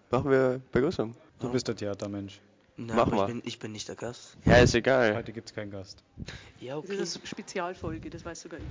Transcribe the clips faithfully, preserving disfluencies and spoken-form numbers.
Machen wir Begrüßung. Du bist der Theatermensch. Na, Mach aber mal. ich bin, ich bin nicht der Gast. Ja, ist egal. Heute gibt's keinen Gast. Ja, okay. Das ist eine Spezialfolge, das weiß sogar ich.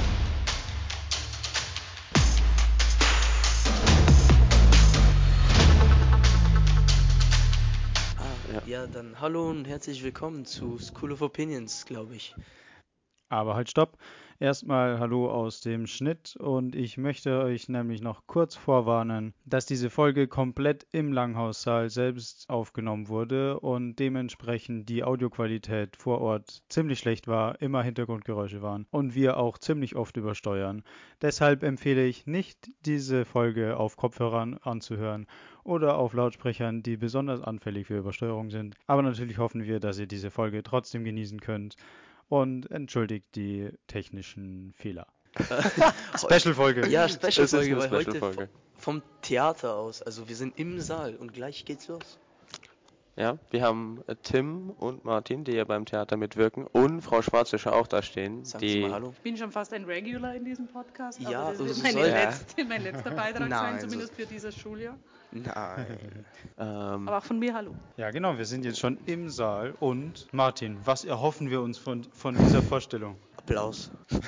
Ah, Ja. ja, dann hallo und herzlich willkommen zu School of Opinions, glaube ich. Aber halt stopp. Erstmal hallo aus dem Schnitt und ich möchte euch nämlich noch kurz vorwarnen, dass diese Folge komplett im Langhaussaal selbst aufgenommen wurde und dementsprechend die Audioqualität vor Ort ziemlich schlecht war, immer Hintergrundgeräusche waren und wir auch ziemlich oft übersteuern. Deshalb empfehle ich nicht, diese Folge auf Kopfhörern anzuhören oder auf Lautsprechern, die besonders anfällig für Übersteuerung sind. Aber natürlich hoffen wir, dass ihr diese Folge trotzdem genießen könnt. Und entschuldigt die technischen Fehler. Special-Folge. Ja, Das ist Special-Folge, eine weil heute Special-Folge. v- vom Theater aus. Also wir sind im Saal und gleich geht's los. Ja, wir haben äh, Tim und Martin, die ja beim Theater mitwirken, und Frau Schwarzischer auch da stehen. Sagen Sie Die mal hallo. Ich bin schon fast ein Regular in diesem Podcast, Ja, aber das so wird meine soll- letzte, mein letzter Beitrag Nein, sein, so- zumindest für dieses Schuljahr. Nein. ähm, Aber auch von mir hallo. Ja, genau, wir sind jetzt schon im Saal. Und Martin, was erhoffen wir uns von, von dieser Vorstellung? Applaus.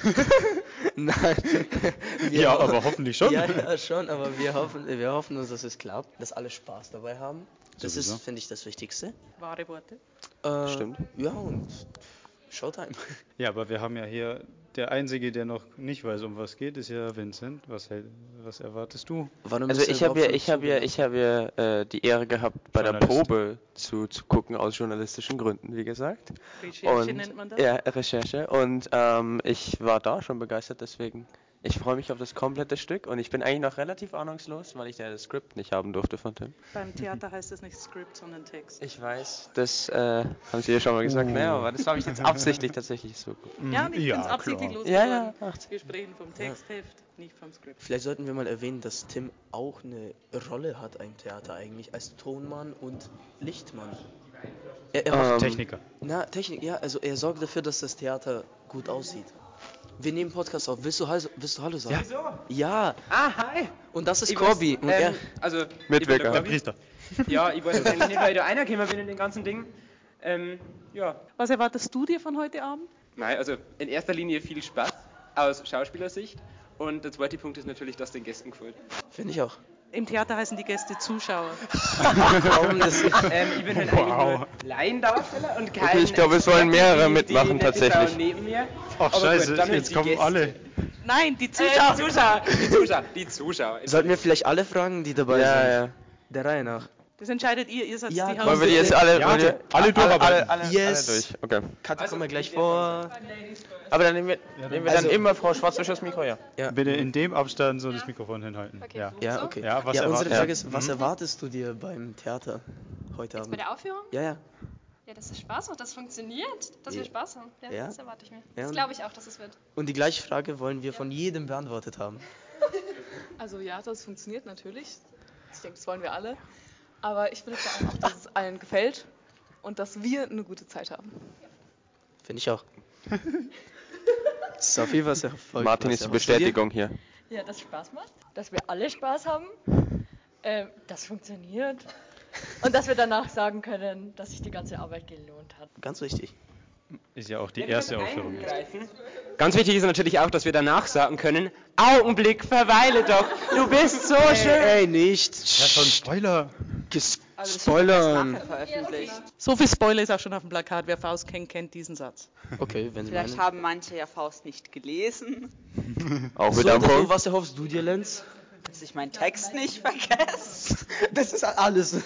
Nein. Wir Ja, ho- aber hoffentlich schon. Ja, ja, schon, aber wir hoffen, wir hoffen uns, dass es klappt, dass alle Spaß dabei haben. Das Sowieso. ist, finde ich, das Wichtigste. Wahre Worte. Äh, Stimmt. Ja, und Showtime. Ja, aber wir haben ja hier, der Einzige, der noch nicht weiß, um was geht, ist ja Vincent. Was, hält- was erwartest du? Warum also ist er ich habe ja, überhaupt ich habe ja, zugelassen? ich habe ja äh, die Ehre gehabt, bei der Journalist. Probe zu, zu gucken aus journalistischen Gründen, wie gesagt. Recherche Und nennt man das. ja, Recherche. Und ähm, ich war da schon begeistert, deswegen. Ich freue mich auf das komplette Stück und ich bin eigentlich noch relativ ahnungslos, weil ich ja das Skript nicht haben durfte von Tim. Beim Theater heißt es nicht Script, sondern Text. Ich weiß, das äh, haben Sie ja schon mal gesagt, naja, aber das habe ich jetzt absichtlich tatsächlich so gut. Ja, und ich Ja, bin es absichtlich klar. losgeworden. Ja, ja, macht. Wir sprechen vom Textheft, nicht vom Script. Vielleicht sollten wir mal erwähnen, dass Tim auch eine Rolle hat im Theater eigentlich, als Tonmann und Lichtmann. Er, er macht Ähm, Techniker. Na, Technik, ja, also er sorgt dafür, dass das Theater gut aussieht. Wir nehmen Podcast auf. Willst du, Hallo- willst du Hallo sagen? Wieso? Ja. Ah, hi! Und das ist Ich Corby. weiß, Und ähm, er, also, Mitwirker. ich bin der Der Corby. Priester. Ja, ich weiß eigentlich nicht, weil ich da reingekommen bin in den ganzen Ding. Ähm, ja. Was erwartest du dir von heute Abend? Nein, also in erster Linie viel Spaß aus Schauspielersicht. Und der zweite Punkt ist natürlich, dass den Gästen gefällt. finde ich auch. Im Theater heißen die Gäste Zuschauer. Warum das Ähm, ich bin halt Wow. eigentlich nur Laiendarsteller und kein... Okay, ich glaube, es sollen mehrere die- mitmachen, die nette tatsächlich. Frau neben mir. Ach Aber scheiße, gut, dann halt jetzt die kommen Gäste. alle. Nein, die Äh, Zuschauer. die Zuschauer, die Zuschauer, die Zuschauer. Sollten wir vielleicht alle fragen, die dabei Ja, sind? ja. Der Reihe nach. Das entscheidet ihr, ihr seid Ja, die komm, Wollen wir die jetzt alle, Ja, wollen wir, alle durcharbeiten. alle, alle, Yes. alle durch? Okay. Katja, Also, komm mal gleich ich- vor. Aber dann nehmen wir, nehmen wir Also- dann immer Frau Schwarzwischers Mikro, ja. Ja. Bitte in dem Abstand so das Mikrofon hinhalten. Okay. Ja. Ja, okay. Ja, was ja, unsere erwartet- Frage ist, was Mhm. erwartest du dir beim Theater heute Bei Abend? der Aufführung? Ja, ja. Ja, dass es Spaß macht, dass es funktioniert, dass Ja. wir Spaß haben. Ja, Ja? das erwarte ich mir. Ja, Das und- glaube ich auch, dass es wird. Und die gleiche Frage wollen wir von jedem beantwortet haben. Also ja, das funktioniert natürlich. Ich denke, das wollen wir alle. Aber ich will vor allem auch, dass es allen gefällt und dass wir eine gute Zeit haben. Finde ich auch. Sophie, was erfolgt? Martin was ist die erhoffst du dir? Bestätigung hier. Ja, dass Spaß macht, dass wir alle Spaß haben, ähm, das funktioniert und dass wir danach sagen können, dass sich die ganze Arbeit gelohnt hat. Ganz wichtig. Ist ja auch die erste Aufführung jetzt. Eingreifen. Ganz wichtig ist natürlich auch, dass wir danach sagen können, Augenblick, verweile doch, du bist so schön. Ey, nicht. Ja, schon Spoiler. Spoilern. So viel Spoiler ist auch schon auf dem Plakat. Wer Faust kennt, kennt diesen Satz. Okay, wenn Sie Vielleicht meinen. haben manche ja Faust nicht gelesen, Auch So, mit am so, Punkt. was erhoffst du dir, Lenz? dass ich meinen Text nicht vergesse. Das ist alles.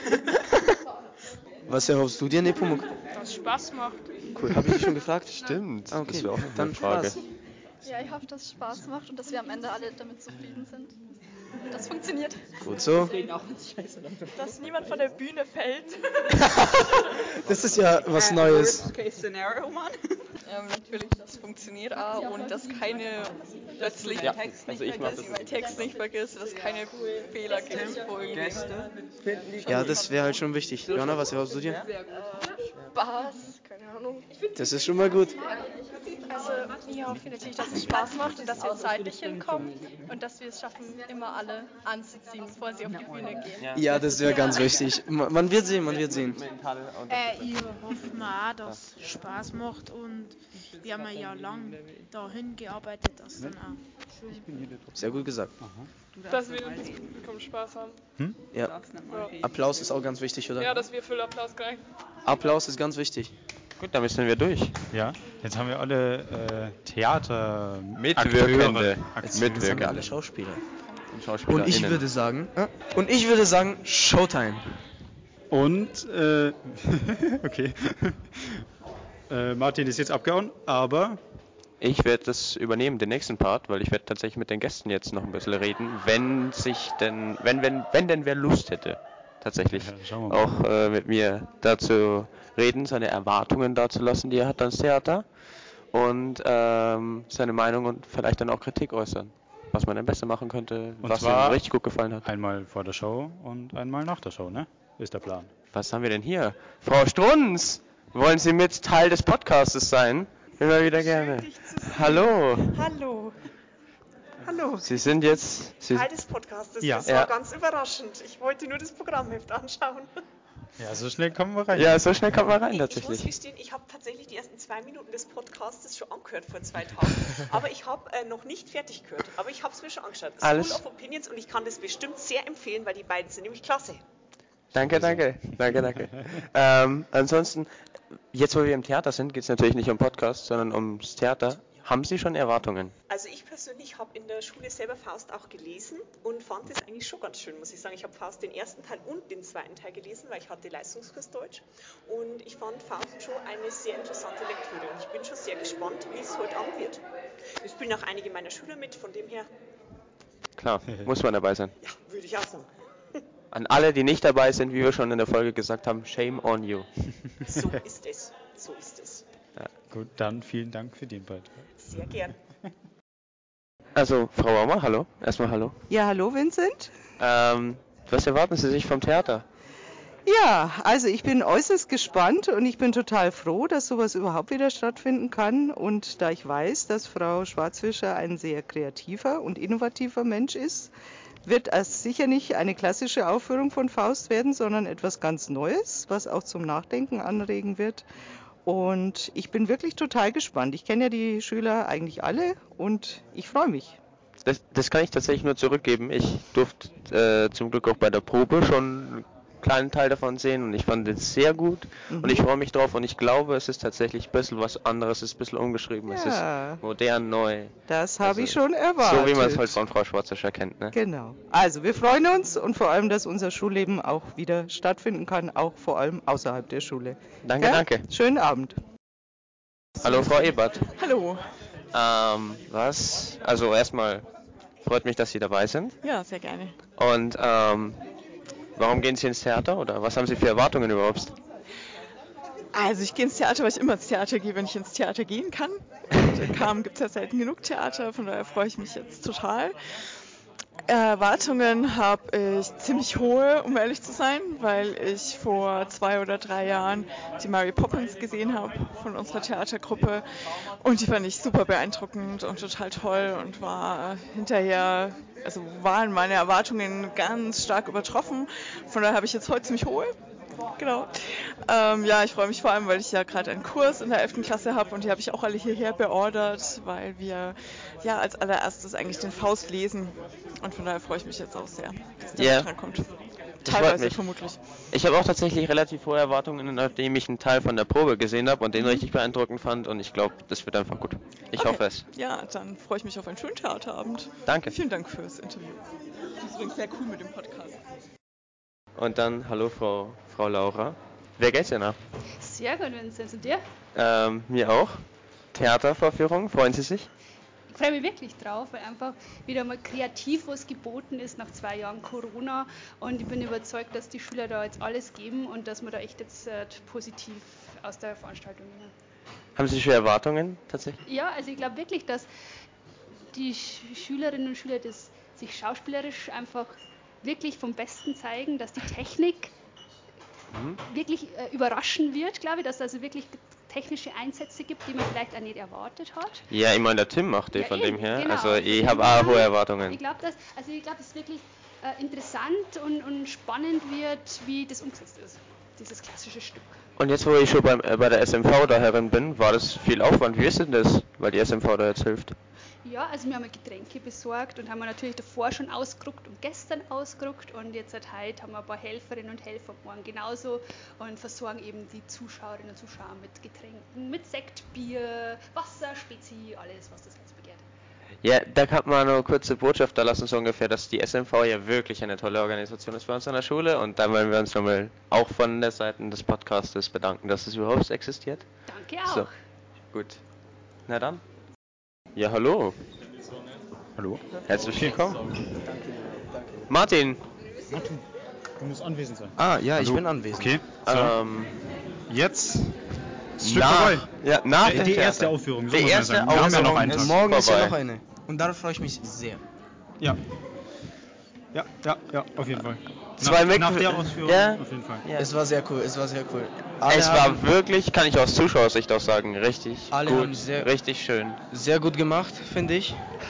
Was erhoffst du dir, Nepomuk? Dass es Spaß macht. Cool, habe ich dich schon gefragt? Stimmt, Ah, okay. das wäre auch eine Dann Frage. Spaß. Ja, ich hoffe, dass es Spaß macht und dass wir am Ende alle damit zufrieden sind. Das funktioniert. Gut so. Dass niemand von der Bühne fällt. Das ist ja was Neues. Worst-Case-Scenario, Mann. Ähm, natürlich, das funktioniert auch und dass keine plötzlich Ja, Text also nicht ich mach vergisst, meinen Text nicht vergisst, dass keine Fehler gibt. Folgen. Ja, das wäre halt schon wichtig. Johanna, was erhoffst du dir? Spaß, keine Ahnung. Das ist schon mal gut. Also ich hoffe natürlich, dass es Spaß macht und dass wir zeitlich hinkommen und dass wir es schaffen, immer alle anzuziehen, bevor sie auf die Bühne gehen. Ja, das wäre ganz wichtig. Ma- Man wird sehen, man wird sehen. Äh, ich hoffe mal auch, dass es Spaß macht und wir haben ja lang dahin gearbeitet, dass es dann auch schön. Sehr gut gesagt. Dass wir im Publikum Spaß haben. Ja. Applaus ist auch ganz wichtig, oder? Ja, dass wir viel Applaus kriegen. Applaus ist ganz wichtig. Gut, damit sind wir durch. Ja, jetzt haben wir alle äh, Theater Mitwirkende. Jetzt sind wir Mitwirkende. alle Schauspieler. Und SchauspielerInnen. Und ich würde sagen, äh, und ich würde sagen, Showtime. Und, äh, okay. äh, Martin ist jetzt abgehauen, aber Ich werde das übernehmen, den nächsten Part, weil ich werde tatsächlich mit den Gästen jetzt noch ein bisschen reden, wenn sich denn, wenn, wenn, wenn denn wer Lust hätte, tatsächlich Ja, schauen wir mal. auch äh, mit mir dazu reden, seine Erwartungen dazulassen, die er hat ans Theater und ähm, seine Meinung und vielleicht dann auch Kritik äußern, was man denn besser machen könnte, Und was zwar ihm richtig gut gefallen hat. einmal vor der Show und einmal nach der Show, ne? Ist der Plan. Was haben wir denn hier? Frau Strunz, wollen Sie mit Teil des Podcastes sein? Immer wieder gerne. Hallo. Hallo. Hallo. Sie sind jetzt... Sie Teil des Podcastes. Ja. Das war Ja. ganz überraschend. Ich wollte nur das Programmheft anschauen. Ja, so schnell kommen wir rein. Ja, so schnell kommt man rein Ich muss tatsächlich. gestehen, ich habe tatsächlich die ersten zwei Minuten des Podcastes schon angehört vor zwei Tagen. Aber ich habe äh, noch nicht fertig gehört. Aber ich habe es mir schon angeschaut. Alles- School of Opinions und ich kann das bestimmt sehr empfehlen, weil die beiden sind nämlich klasse. Danke, danke, danke, danke. ähm, ansonsten, jetzt wo wir im Theater sind, geht es natürlich nicht um Podcast, sondern ums Theater. Haben Sie schon Erwartungen? Also ich persönlich habe in der Schule selber Faust auch gelesen und fand es eigentlich schon ganz schön, muss ich sagen. Ich habe Faust den ersten Teil und den zweiten Teil gelesen, weil ich hatte Leistungskurs Deutsch. Und ich fand Faust schon eine sehr interessante Lektüre. Und ich bin schon sehr gespannt, wie es heute Abend wird. Es spielen auch einige meiner Schüler mit, von dem her, Klar, muss man dabei sein. ja, würde ich auch sagen. An alle, die nicht dabei sind, wie wir schon in der Folge gesagt haben, shame on you. So ist es. So ist es. Gut, dann vielen Dank für den Beitrag. Sehr gern. Also, Frau Baumer, hallo. Erstmal hallo. Ja, hallo Vincent. Ähm, was erwarten Sie sich vom Theater? Ja, also ich bin äußerst gespannt und ich bin total froh, dass sowas überhaupt wieder stattfinden kann. Und da ich weiß, dass Frau Schwarzwischer ein sehr kreativer und innovativer Mensch ist, wird es sicher nicht eine klassische Aufführung von Faust werden, sondern etwas ganz Neues, was auch zum Nachdenken anregen wird. Und ich bin wirklich total gespannt. Ich kenne ja die Schüler eigentlich alle und ich freue mich. Das, das kann ich tatsächlich nur zurückgeben. Ich durfte äh, zum Glück auch bei der Probe schon einen kleinen Teil davon sehen und ich fand es sehr gut Mhm. und ich freue mich drauf und ich glaube, es ist tatsächlich ein bisschen was anderes, es ist ein bisschen umgeschrieben, es Ja. ist modern, neu. Das habe Also, ich schon erwartet. So wie man es halt von Frau Schwarzischer kennt, ne? Genau. Also wir freuen uns und vor allem, dass unser Schulleben auch wieder stattfinden kann, auch vor allem außerhalb der Schule. Danke, Gell? danke. Schönen Abend. Hallo Frau Ebert. Hallo. Ähm, was? Also erstmal freut mich, dass Sie dabei sind. Ja, sehr gerne. Und ähm, warum gehen Sie ins Theater oder was haben Sie für Erwartungen überhaupt? Also ich gehe ins Theater, weil ich immer ins Theater gehe, wenn ich ins Theater gehen kann. Und in Kam gibt es ja selten genug Theater, von daher freue ich mich jetzt total. Erwartungen habe ich ziemlich hohe, um ehrlich zu sein, weil ich vor zwei oder drei Jahren die Mary Poppins gesehen habe von unserer Theatergruppe und die fand ich super beeindruckend und total toll und war hinterher, also waren meine Erwartungen ganz stark übertroffen. Von daher habe ich jetzt heute ziemlich hohe. Genau. Ähm, ja, ich freue mich vor allem, weil ich ja gerade einen Kurs in der elften Klasse habe und die habe ich auch alle hierher beordert, weil wir ja als allererstes eigentlich den Faust lesen und von daher freue ich mich jetzt auch sehr, dass der Ja. dran kommt. Das freut Teilweise mich. vermutlich. Ich habe auch tatsächlich relativ hohe Erwartungen, nachdem ich einen Teil von der Probe gesehen habe und den richtig beeindruckend fand und ich glaube, das wird einfach gut. Ich Okay. hoffe es. Ja, dann freue ich mich auf einen schönen Theaterabend. Danke. Vielen Dank fürs Interview. Das ist übrigens sehr cool mit dem Podcast. Und dann hallo Frau, Frau Laura. Wer geht's denn nach? Sehr gut, Vincent. Und dir? Ähm, mir auch. Theatervorführung, freuen Sie sich? Ich freue mich wirklich drauf, weil einfach wieder mal kreativ was geboten ist nach zwei Jahren Corona. Und ich bin überzeugt, dass die Schüler da jetzt alles geben und dass wir da echt jetzt äh, positiv aus der Veranstaltung nehmen. Haben Sie schon Erwartungen tatsächlich? Ja, also ich glaube wirklich, dass die Sch- Schülerinnen und Schüler das sich schauspielerisch einfach wirklich vom Besten zeigen, dass die Technik Mhm. wirklich äh, überraschen wird, glaube ich, dass also wirklich technische Einsätze gibt, die man vielleicht auch nicht erwartet hat. Ja, ich meine, der Tim macht die Ja, von eben, dem her. genau. Also ich Von habe dem auch her, hohe Erwartungen. Ich glaube, dass, also ich glaube, es wirklich äh, interessant und, und spannend wird, wie das umgesetzt ist, dieses klassische Stück. Und jetzt, wo ich schon beim, äh, bei der S M V da herin bin, war das viel Aufwand. Wie ist denn das, weil die S M V da jetzt hilft? Ja, also wir haben Getränke besorgt und haben wir natürlich davor schon ausgerückt und gestern ausgerückt und jetzt seit heute haben wir ein paar Helferinnen und Helfer morgen genauso und versorgen eben die Zuschauerinnen und Zuschauer mit Getränken, mit Sekt, Bier, Wasser, Spezi, alles, was das Herz begehrt. Ja, da kann man eine kurze Botschaft da lassen, so ungefähr, dass die S M V ja wirklich eine tolle Organisation ist bei uns an der Schule und da wollen wir uns nochmal auch von der Seite des Podcastes bedanken, dass es überhaupt existiert. Danke auch. So, gut. Na dann. Ja, hallo. Hallo. Herzlich willkommen. Danke, danke. Martin. Martin, du musst anwesend sein. Ah, ja, ich Hallo. bin anwesend. Okay, so. Ähm, Jetzt das Stück nach, vorbei. ja, nach die, dem die Theater. erste Aufführung. So Die muss man erste sagen. Wir haben ja noch einen Aufführung Tag. Morgen ist ja vorbei. noch eine. Und darauf freue ich mich sehr. Ja. Ja, ja, ja, auf jeden Fall. Zwei nach, Mac- nach der Ausführung, Ja. auf jeden Fall. Ja. Es war sehr cool, es war sehr cool. Alle Es haben war wirklich, kann ich aus Zuschauersicht auch sagen, richtig Alle gut, haben sehr- richtig schön. sehr gut gemacht, finde ich.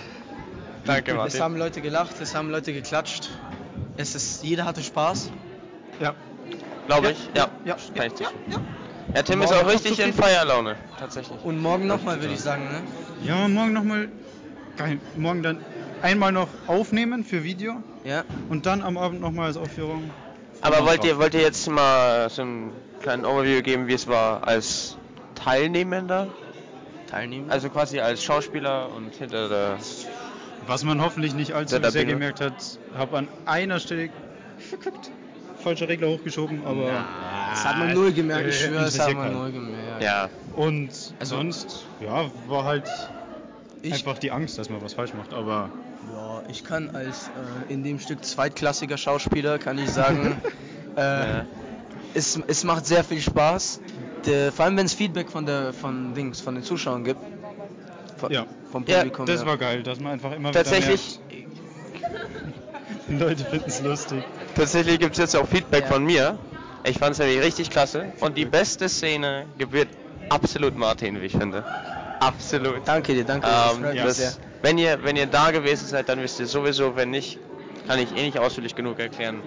Danke, Es Martin. haben Leute gelacht, es haben Leute geklatscht. Es ist, jeder hatte Spaß. Ja. Glaube ich, ja. Ja, Kann ich zustimmen. Ja, Tim ist Morgen auch richtig noch in zufrieden? Feierlaune, tatsächlich. Und morgen nochmal, würde ich sagen, ne? Ja, morgen nochmal. Geil. Morgen dann einmal noch aufnehmen für Video. Ja. Und dann am Abend nochmal als Aufführung. Aber wollt ihr, wollt ihr jetzt mal so einen kleinen Overview geben, wie es war als Teilnehmender? Teilnehmen? Also quasi als Schauspieler und hinter der... Was man hoffentlich nicht allzu Der sehr Bühne. gemerkt hat, habe an einer Stelle verkackt. Falscher Regler hochgeschoben, aber. Das hat man null gemerkt, ich Äh, schwöre, das hat interessiert man keinen. null gemerkt. Ja. Und Also- sonst, ja, war halt Ich- einfach die Angst, dass man was falsch macht, aber. Ja, ich kann als äh, in dem Stück zweitklassiger Schauspieler, kann ich sagen, äh, Ja. es, es macht sehr viel Spaß. Der, vor allem wenn es Feedback von der von Dings, von den Zuschauern gibt. Von, Ja, vom Ja, Publikum. das ja. war geil, dass man einfach immer Tatsächlich, wieder merkt, die Leute finden es lustig. tatsächlich gibt es jetzt auch Feedback Ja. von mir. Ich fand es nämlich richtig klasse. Und die beste Szene gebührt absolut Martin, wie ich finde. Absolut. Danke dir, danke dir. Das Ähm, freut mich das, sehr. wenn, ihr, wenn ihr da gewesen seid, dann wisst ihr sowieso, wenn nicht, kann ich eh nicht ausführlich genug erklären.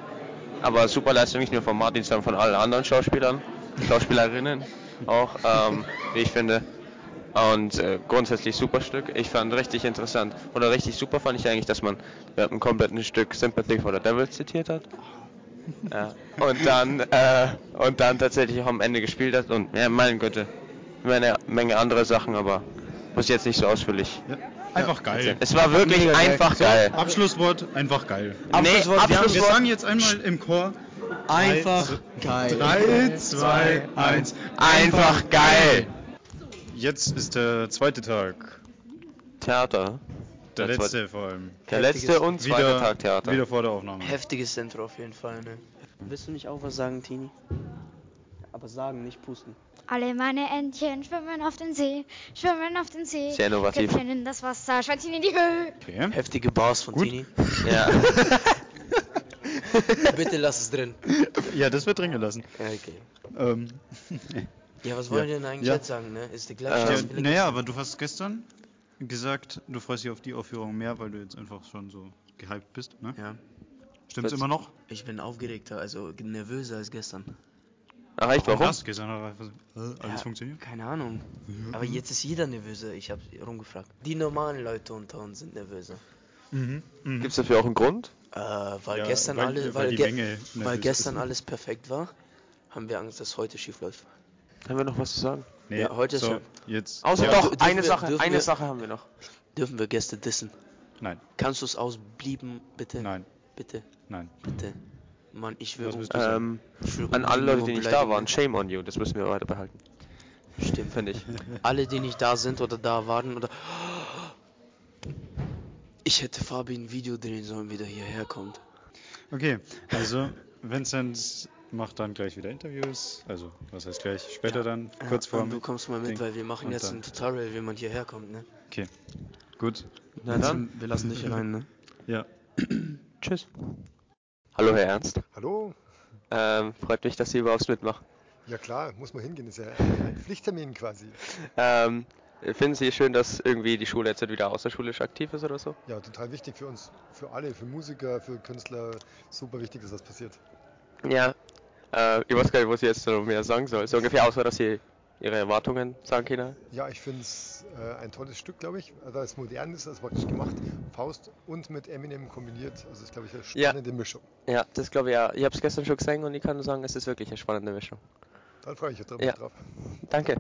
Aber super Leistung nicht nur von Martin, sondern von allen anderen Schauspielern, Schauspielerinnen auch, ähm, wie ich finde. Und äh, grundsätzlich super Stück. Ich fand richtig interessant. Oder richtig super fand ich eigentlich, dass man äh, ein komplettes Stück Sympathy for the Devil zitiert hat. Ja. Und dann äh, und dann tatsächlich auch am Ende gespielt hat. Und ja, mein Güte, eine Menge andere Sachen, aber muss jetzt nicht so ausführlich. Ja, einfach geil. Es war wirklich Mega geil. einfach So, geil. Abschlusswort, einfach geil. Abschlusswort, wir haben Wir sagen jetzt einmal im Chor. einfach geil. drei, zwei, eins. Einfach geil. Jetzt ist der zweite Tag. Theater. Der Der letzte vor allem. Der letzte und zweite Wieder, Tag Theater. wieder vor der Aufnahme. Heftiges Intro auf jeden Fall, ne? Willst du nicht auch was sagen, Tini? Aber sagen, nicht pusten. Alle meine Entchen schwimmen auf den See, schwimmen auf den See. Sehr innovativ. Köpfchen in das Wasser, Schwänzchen in die Höhe. Okay. Heftige Bars von Gut. Tini. Ja. Bitte lass es drin. Ja, das wird drin gelassen. Ja, okay. Ähm, Ja, was wollen Ja. wir denn eigentlich Ja. jetzt sagen, ne? Ist der gleiche Ähm, Scheiß ja, wie letztes naja, Mal. aber du hast gestern gesagt, du freust dich auf die Aufführung mehr, weil du jetzt einfach schon so gehypt bist, ne? Ja. Stimmt's immer noch? Ich bin aufgeregter, also nervöser als gestern. Ach echt, warum? Das gestern hat einfach so, äh, alles Ja, funktioniert? Keine Ahnung. Aber jetzt ist jeder nervöser. Ich habe rumgefragt. Die normalen Leute unter uns sind nervöser. Mhm. Mhm. Gibt es dafür auch einen Grund? Äh, weil Ja, gestern weil- alle, weil weil, die ge Menge weil nervös gestern ist. alles perfekt war, haben wir Angst, dass heute schief läuft. Haben wir noch was zu sagen? Nee, Ja, heute ist so, schon- jetzt. Außer ja. doch, dürfen eine wir- Sache, dürfen eine wir- Sache haben wir noch. Dürfen wir Gäste dissen? Nein, Kannst du es ausblieben, bitte? nein, Bitte, nein. bitte. Mann, ich will, Was um, willst du sagen? Ähm, ich will an alle unbedingt Leute, nur die nicht da beleidigen. waren, shame on you, das müssen wir weiter behalten. Stimmt. Finde ich. Alle, die nicht da sind oder da waren oder... Ich hätte Fabi ein Video drehen sollen, wie der hierher kommt. Okay, also Vincent macht dann gleich wieder Interviews. Also, was heißt gleich? Später dann, kurz Ja, vor. und du kommst mal mit, Ding. weil wir machen Und jetzt dann- ein Tutorial, wie man hierher kommt, ne? Okay, gut. Na dann, Wir lassen dich allein, ne? Ja. tschüss. Hallo Herr Ernst. Hallo. Ähm, freut mich, dass Sie überhaupt mitmachen. Ja klar, muss man hingehen, ist ja ein Pflichttermin quasi. Ähm, finden Sie es schön, dass irgendwie die Schule jetzt wieder außerschulisch aktiv ist oder so? Ja, total wichtig für uns, für alle, für Musiker, für Künstler, super wichtig, dass das passiert. Ja, äh, ich weiß gar nicht, was ich jetzt noch mehr sagen soll. So ungefähr außer, dass Sie Ihre Erwartungen sagen können. Ja, ich finde es äh, ein tolles Stück, glaube ich, da es modern ist, das wirklich gemacht, Faust und mit Eminem kombiniert, also das ist, glaube ich, eine spannende ja. Mischung. Ja, das glaube ich ja. Ich habe es gestern schon gesehen und ich kann nur sagen, es ist wirklich eine spannende Mischung. Dann freue ich mich ja. drauf. Danke.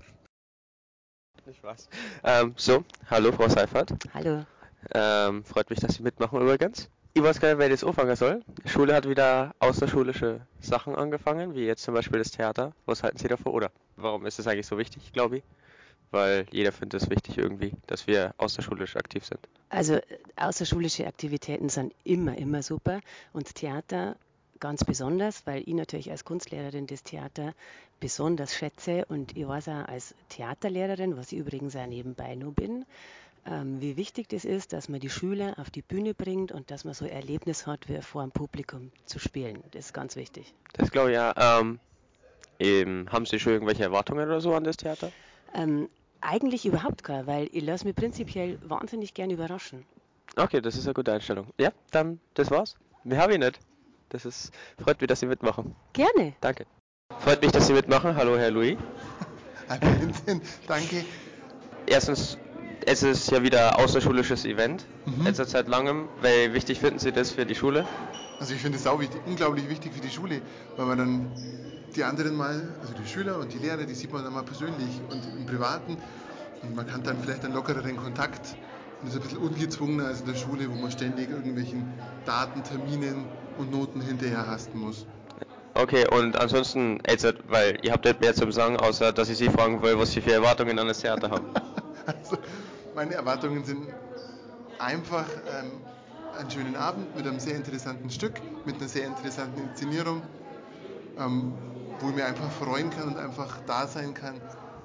Nicht was. Ähm, so, hallo Frau Seifert. Hallo. Ähm, freut mich, dass Sie mitmachen übrigens. Ich weiß gar nicht, wer das anfangen soll. Die Schule hat wieder außerschulische Sachen angefangen, wie jetzt zum Beispiel das Theater. Was halten Sie davon? Oder warum ist das eigentlich so wichtig, glaube ich? Weil jeder findet es wichtig irgendwie, dass wir außerschulisch aktiv sind. Also außerschulische Aktivitäten sind immer, immer super. Und Theater ganz besonders, weil ich natürlich als Kunstlehrerin das Theater besonders schätze. Und ich weiß auch als Theaterlehrerin, was ich übrigens auch nebenbei nur bin, Ähm, wie wichtig das ist, dass man die Schüler auf die Bühne bringt und dass man so ein Erlebnis hat, wie vor dem Publikum zu spielen. Das ist ganz wichtig. Das glaube ich ja. Ähm, eben, haben Sie schon irgendwelche Erwartungen oder so an das Theater? Ähm, eigentlich überhaupt keine, weil ich lasse mich prinzipiell wahnsinnig gern überraschen. Okay, das ist eine gute Einstellung. Ja, dann, das war's. Mehr habe ich nicht. Das ist, freut mich, dass Sie mitmachen. Gerne. Danke. Freut mich, dass Sie mitmachen. Hallo, Herr Louis. Hallo, Vincent. Danke. Erstens, es ist ja wieder außerschulisches Event, Mhm. jetzt seit langem. Wie wichtig finden Sie das für die Schule? Also ich finde es auch wichtig, unglaublich wichtig für die Schule, weil man dann die anderen mal, also die Schüler und die Lehrer, die sieht man dann mal persönlich und im Privaten und man kann dann vielleicht einen lockereren Kontakt und ist ein bisschen ungezwungener als in der Schule, wo man ständig irgendwelchen Daten, Terminen und Noten hinterherhasten muss. Okay, und ansonsten, jetzt, weil ihr habt nicht mehr zum Sagen, außer dass ich Sie fragen will, was Sie für Erwartungen an das Theater haben. Also meine Erwartungen sind einfach ähm, einen schönen Abend mit einem sehr interessanten Stück, mit einer sehr interessanten Inszenierung, ähm, wo ich mich einfach freuen kann und einfach da sein kann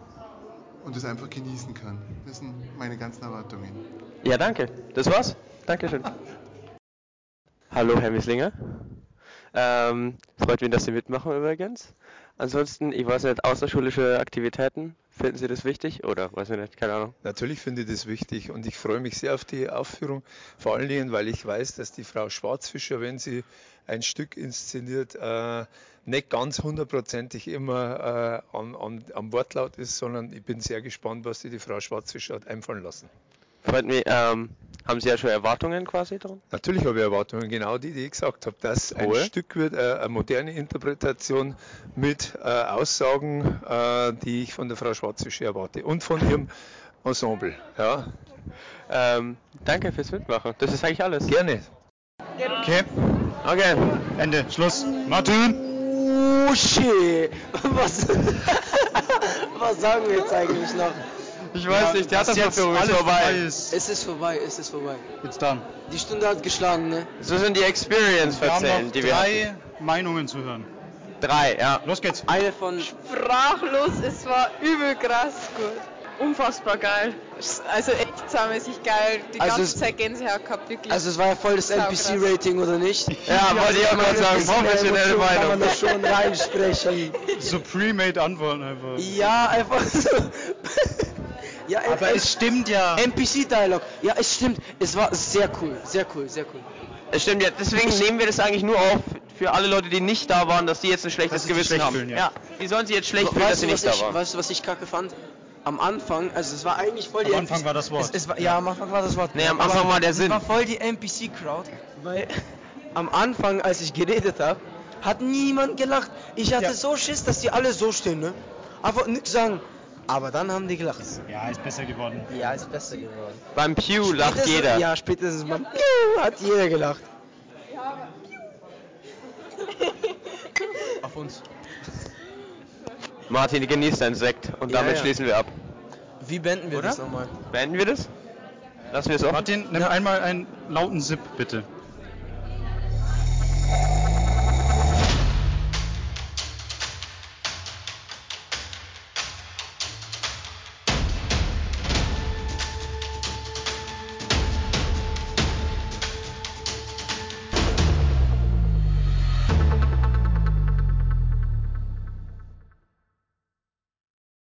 und es einfach genießen kann. Das sind meine ganzen Erwartungen. Ja, danke. Das war's. Dankeschön. Hallo, Herr Misslinger. Ähm, freut mich, dass Sie mitmachen übrigens. Ansonsten, ich weiß nicht, außerschulische Aktivitäten, finden Sie das wichtig oder weiß ich nicht, keine Ahnung? Natürlich finde ich das wichtig und ich freue mich sehr auf die Aufführung, vor allen Dingen, weil ich weiß, dass die Frau Schwarzfischer, wenn sie ein Stück inszeniert, äh, nicht ganz hundertprozentig immer äh, am, am, am Wortlaut ist, sondern ich bin sehr gespannt, was sich die Frau Schwarzfischer hat einfallen lassen. Freut mich, ähm, haben Sie ja schon Erwartungen quasi dran? Natürlich habe ich Erwartungen, genau die, die ich gesagt habe, dass ein Wohl. Stück wird, äh, eine moderne Interpretation mit äh, Aussagen, äh, die ich von der Frau Schwarzfischer erwarte und von ihrem Ensemble. Ja. Ähm, danke fürs Mitmachen, das ist eigentlich alles. Gerne. Okay. Okay. Ende. Schluss. Martin! Oh shit! Was, was sagen wir jetzt eigentlich noch? Ich weiß nicht, Theatervorführung ist vorbei. Ist. Es ist vorbei, es ist vorbei. Jetzt dann. Die Stunde hat geschlagen, ne? So sind die Experience Wir haben erzählen, noch die wir drei hatten. Meinungen zu hören. Drei, ja. Los geht's. Eine von... Sprachlos, es war übel krass gut. Unfassbar geil. Also echt saumäßig geil. Die Also ganze es- Zeit Gänsehaut gehabt, wirklich. Also es war ja voll das N P C-Rating, oder nicht? Ja, wollte ich auch mal sagen, professionelle Emotion kann man Meinung. da schon reinsprechen. So pre-made Antworten einfach. Ja, einfach so. Ja, Aber es stimmt ja. N P C-Dialog. Ja, es stimmt. Es war sehr cool, sehr cool, sehr cool. Es stimmt ja, deswegen nehmen wir das eigentlich nur auf für alle Leute, die nicht da waren, dass die jetzt ein schlechtes Dass sie sich Gewissen schlecht haben. fühlen, ja. ja. Wie sollen sie jetzt schlecht fühlen, dass Weißt sie du, nicht was da ich, waren? weißt du, was ich kacke fand? Am Anfang, also es war eigentlich voll die Am Anfang N P C war das Wort. Es, es war, ja, am Anfang war das Wort. Nee, am Aber Anfang war der es Sinn. war voll die N P C-Crowd, weil am Anfang, als ich geredet habe, hat niemand gelacht. Ich hatte Ja. so Schiss, dass die alle so stehen, ne? Einfach nichts sagen. Aber dann haben die gelacht. Ja, ist besser geworden. Ja, ist besser geworden. Beim Pew lacht Spätestens- jeder. Ja, spätestens beim Piu hat jeder gelacht. Auf uns. Martin genießt einen Sekt und Ja, damit ja. schließen wir ab. Wie beenden wir Oder? das nochmal? Beenden wir das? Lassen wir es offen? Martin, nimm einmal einen lauten Sip, bitte.